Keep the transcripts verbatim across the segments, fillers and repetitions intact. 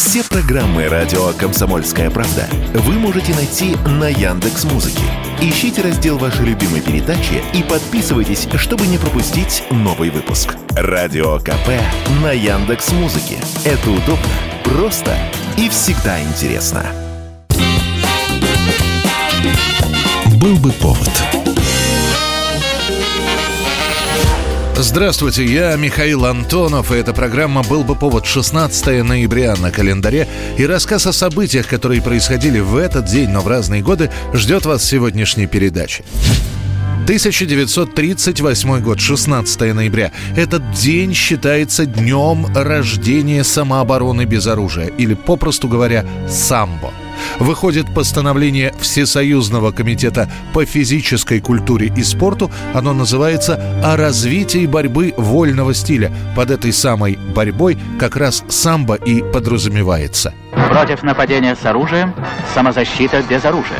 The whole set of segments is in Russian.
Все программы радио «Комсомольская правда» вы можете найти на Яндекс.Музыке. Ищите раздел вашей любимой передачи и подписывайтесь, чтобы не пропустить новый выпуск. Радио КП на Яндекс.Музыке. Это удобно, просто и всегда интересно. Был бы повод. Здравствуйте, я Михаил Антонов, и эта программа «Был бы повод» шестнадцатого ноября на календаре. И рассказ о событиях, которые происходили в этот день, но в разные годы, ждет вас в сегодняшней передаче. тысяча девятьсот тридцать восьмой год, шестнадцатого ноября. Этот день считается днем рождения самообороны без оружия, или, попросту говоря, самбо. Выходит постановление Всесоюзного комитета по физической культуре и спорту. Оно называется «О развитии борьбы вольного стиля». Под этой самой борьбой как раз самбо и подразумевается. Против нападения с оружием, самозащита без оружия.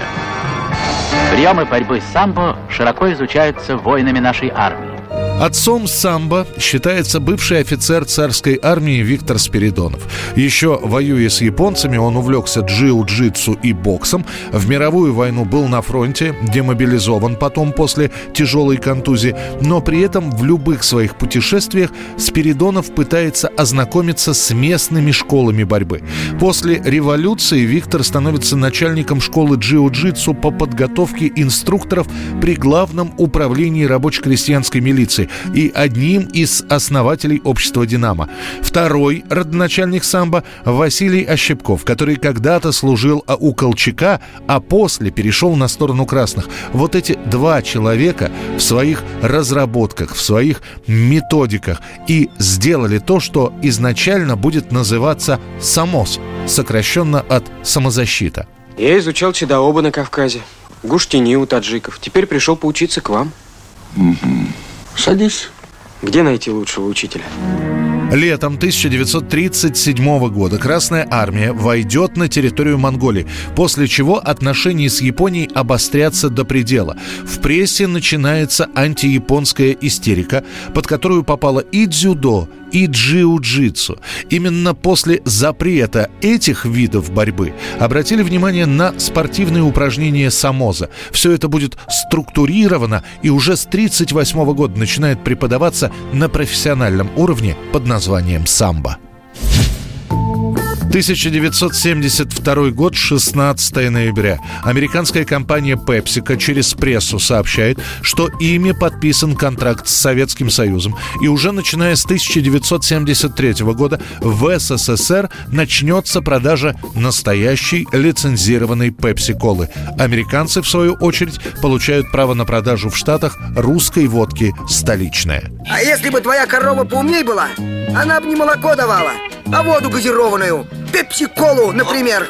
Приемы борьбы с самбо широко изучаются воинами нашей армии. Отцом самбо считается бывший офицер царской армии Виктор Спиридонов. Еще воюя с японцами, он увлекся джиу-джитсу и боксом. В мировую войну был на фронте, демобилизован потом после тяжелой контузии. Но при этом в любых своих путешествиях Спиридонов пытается ознакомиться с местными школами борьбы. После революции Виктор становится начальником школы джиу-джитсу по подготовке инструкторов при Главном управлении рабоче-крестьянской милиции и одним из основателей общества «Динамо». Второй родоначальник самбо – Василий Ощепков, который когда-то служил у Колчака, а после перешел на сторону красных. Вот эти два человека в своих разработках, в своих методиках и сделали то, что изначально будет называться «самос», сокращенно от «самозащита». Я изучал чидаоба на Кавказе, гуштини у таджиков. Теперь пришел поучиться к вам. Угу. Садись. Где найти лучшего учителя? Летом тысяча девятьсот тридцать седьмого года Красная Армия войдет на территорию Монголии, после чего отношения с Японией обострятся до предела. В прессе начинается антияпонская истерика, под которую попало и дзюдо, и джиу-джитсу. Именно после запрета этих видов борьбы обратили внимание на спортивные упражнения самоза. Все это будет структурировано и уже с тридцать восьмого года начинает преподаваться на профессиональном уровне под названием самбо. тысяча девятьсот семьдесят второй год, шестнадцатого ноября. Американская компания PepsiCo через прессу сообщает, что ими подписан контракт с Советским Союзом. И уже начиная с тысяча девятьсот семьдесят третьего года в СССР начнется продажа настоящей лицензированной пепси-колы. Американцы, в свою очередь, получают право на продажу в Штатах русской водки «Столичная». А если бы твоя корова поумней была, она бы не молоко давала, а воду газированную. Пепси-колу, например.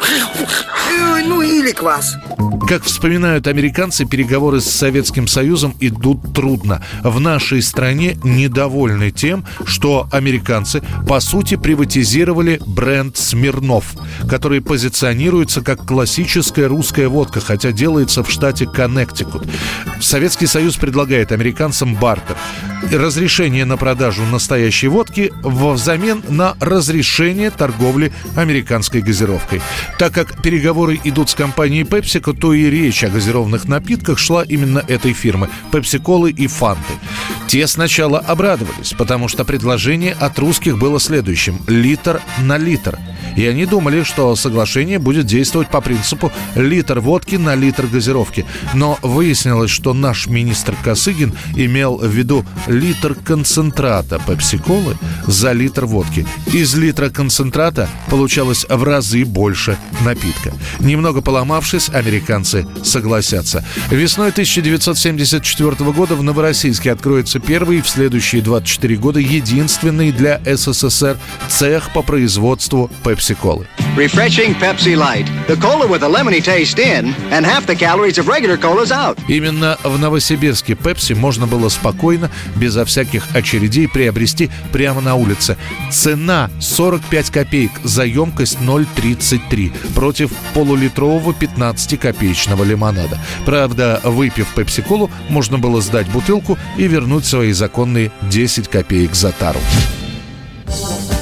Ну или квас. Как вспоминают американцы, переговоры с Советским Союзом идут трудно. В нашей стране недовольны тем, что американцы, по сути, приватизировали бренд «Смирнов», который позиционируется как классическая русская водка, хотя делается в штате Коннектикут. Советский Союз предлагает американцам бартер. Разрешение на продажу настоящей водки взамен на разрешение торговли американской газировкой. Так как переговоры идут с компанией PepsiCo, то и речь о газированных напитках шла именно этой фирмы – Пепси-колы и Фанты. Те сначала обрадовались, потому что предложение от русских было следующим – литр на литр. И они думали, что соглашение будет действовать по принципу литр водки на литр газировки. Но выяснилось, что наш министр Косыгин имел в виду литр концентрата пепси-колы за литр водки. Из литра концентрата получалось в разы больше напитка. Немного поломавшись, американцы согласятся. Весной тысяча девятьсот семьдесят четвёртого года в Новороссийске откроется первый в следующие двадцать четыре года единственный для СССР цех по производству пепси-колы. Refreshing Pepsi Light. The cola with a lemony taste in and half the calories of regular cola's out. Именно в Новосибирске Пепси можно было спокойно, безо всяких очередей, приобрести прямо на улице. Цена сорок пять копеек за емкость ноль тридцать три против полулитрового пятнадцатикопеечного лимонада. Правда, выпив пепси-колу, можно было сдать бутылку и вернуть свои законные десять копеек за тару.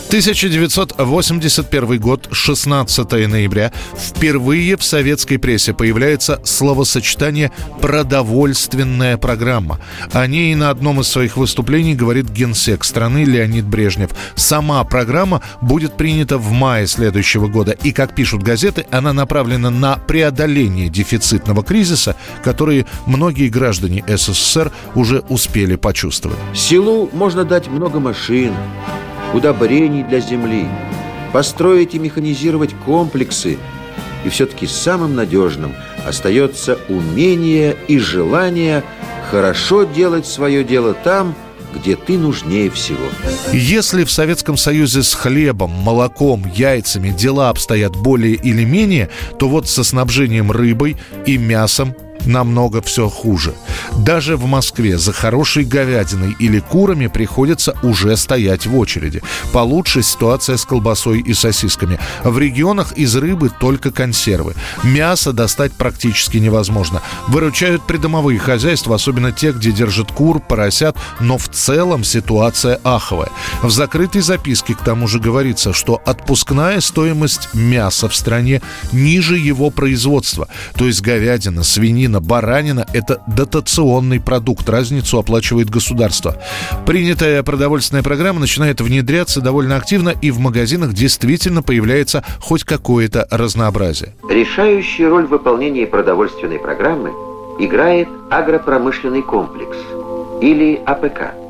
тысяча девятьсот восемьдесят первый год, шестнадцатого ноября. Впервые в советской прессе появляется словосочетание «продовольственная программа». О ней на одном из своих выступлений говорит генсек страны Леонид Брежнев. Сама программа будет принята в мае следующего года. И, как пишут газеты, она направлена на преодоление дефицитного кризиса, который многие граждане СССР уже успели почувствовать. Селу можно дать много машин, удобрений для земли, построить и механизировать комплексы. И все-таки самым надежным остается умение и желание хорошо делать свое дело там, где ты нужнее всего. Если в Советском Союзе с хлебом, молоком, яйцами дела обстоят более или менее, то вот со снабжением рыбой и мясом намного все хуже. Даже в Москве за хорошей говядиной или курами приходится уже стоять в очереди. Получше ситуация с колбасой и сосисками. В регионах из рыбы только консервы. Мясо достать практически невозможно. Выручают придомовые хозяйства, особенно те, где держат кур, поросят, но в целом ситуация аховая. В закрытой записке к тому же говорится, что отпускная стоимость мяса в стране ниже его производства. То есть говядина, свинина, баранина – это дотационный продукт, разницу оплачивает государство. Принятая продовольственная программа начинает внедряться довольно активно, и в магазинах действительно появляется хоть какое-то разнообразие. Решающую роль в выполнении продовольственной программы играет агропромышленный комплекс, или А П К.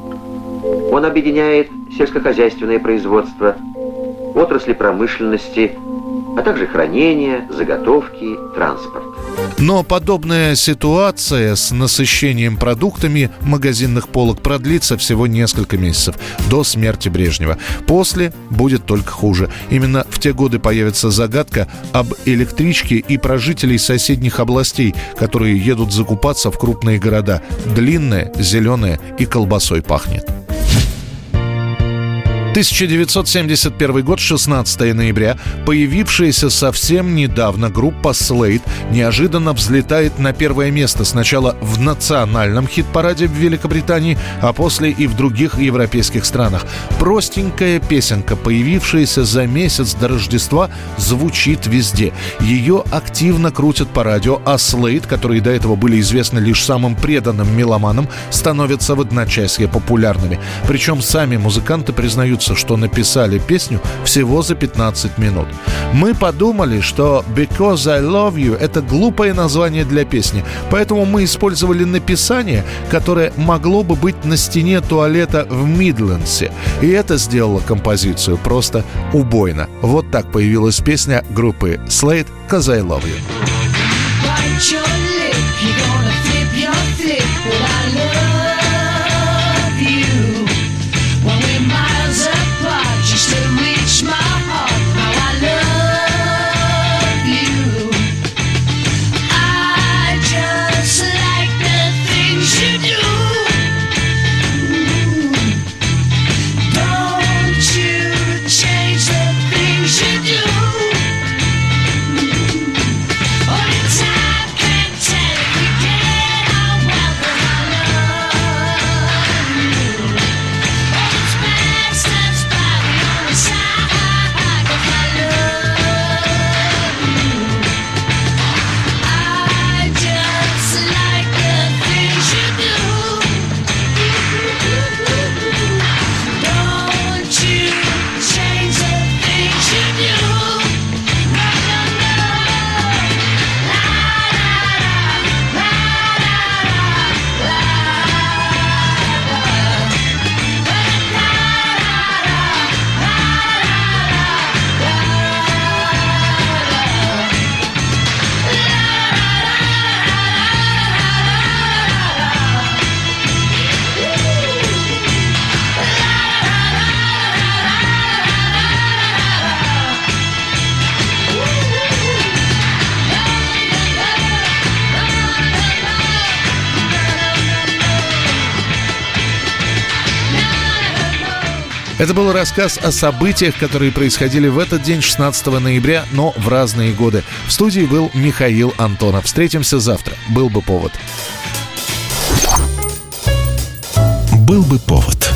Он объединяет сельскохозяйственное производство, отрасли промышленности, а также хранение, заготовки, транспорт. Но подобная ситуация с насыщением продуктами магазинных полок продлится всего несколько месяцев, до смерти Брежнева. После будет только хуже. Именно в те годы появится загадка об электричке и про жителей соседних областей, которые едут закупаться в крупные города. Длинная, зеленая и колбасой пахнет. тысяча девятьсот семьдесят первый год, шестнадцатого ноября. Появившаяся совсем недавно группа Slade неожиданно взлетает на первое место. Сначала в национальном хит-параде в Великобритании, а после и в других европейских странах. Простенькая песенка, появившаяся за месяц до Рождества, звучит везде. Ее активно крутят по радио, а Slade, которые до этого были известны лишь самым преданным меломанам, становятся в одночасье популярными. Причем сами музыканты признаются, что написали песню всего за пятнадцать минут. Мы подумали, что «Because I Love You» — это глупое название для песни, поэтому мы использовали написание, которое могло бы быть на стене туалета в Мидлендсе. И это сделало композицию просто убойно. Вот так появилась песня группы Slade «Cause I Love You». Это был рассказ о событиях, которые происходили в этот день, шестнадцатого ноября, но в разные годы. В студии был Михаил Антонов. Встретимся завтра. Был бы повод. Был бы повод.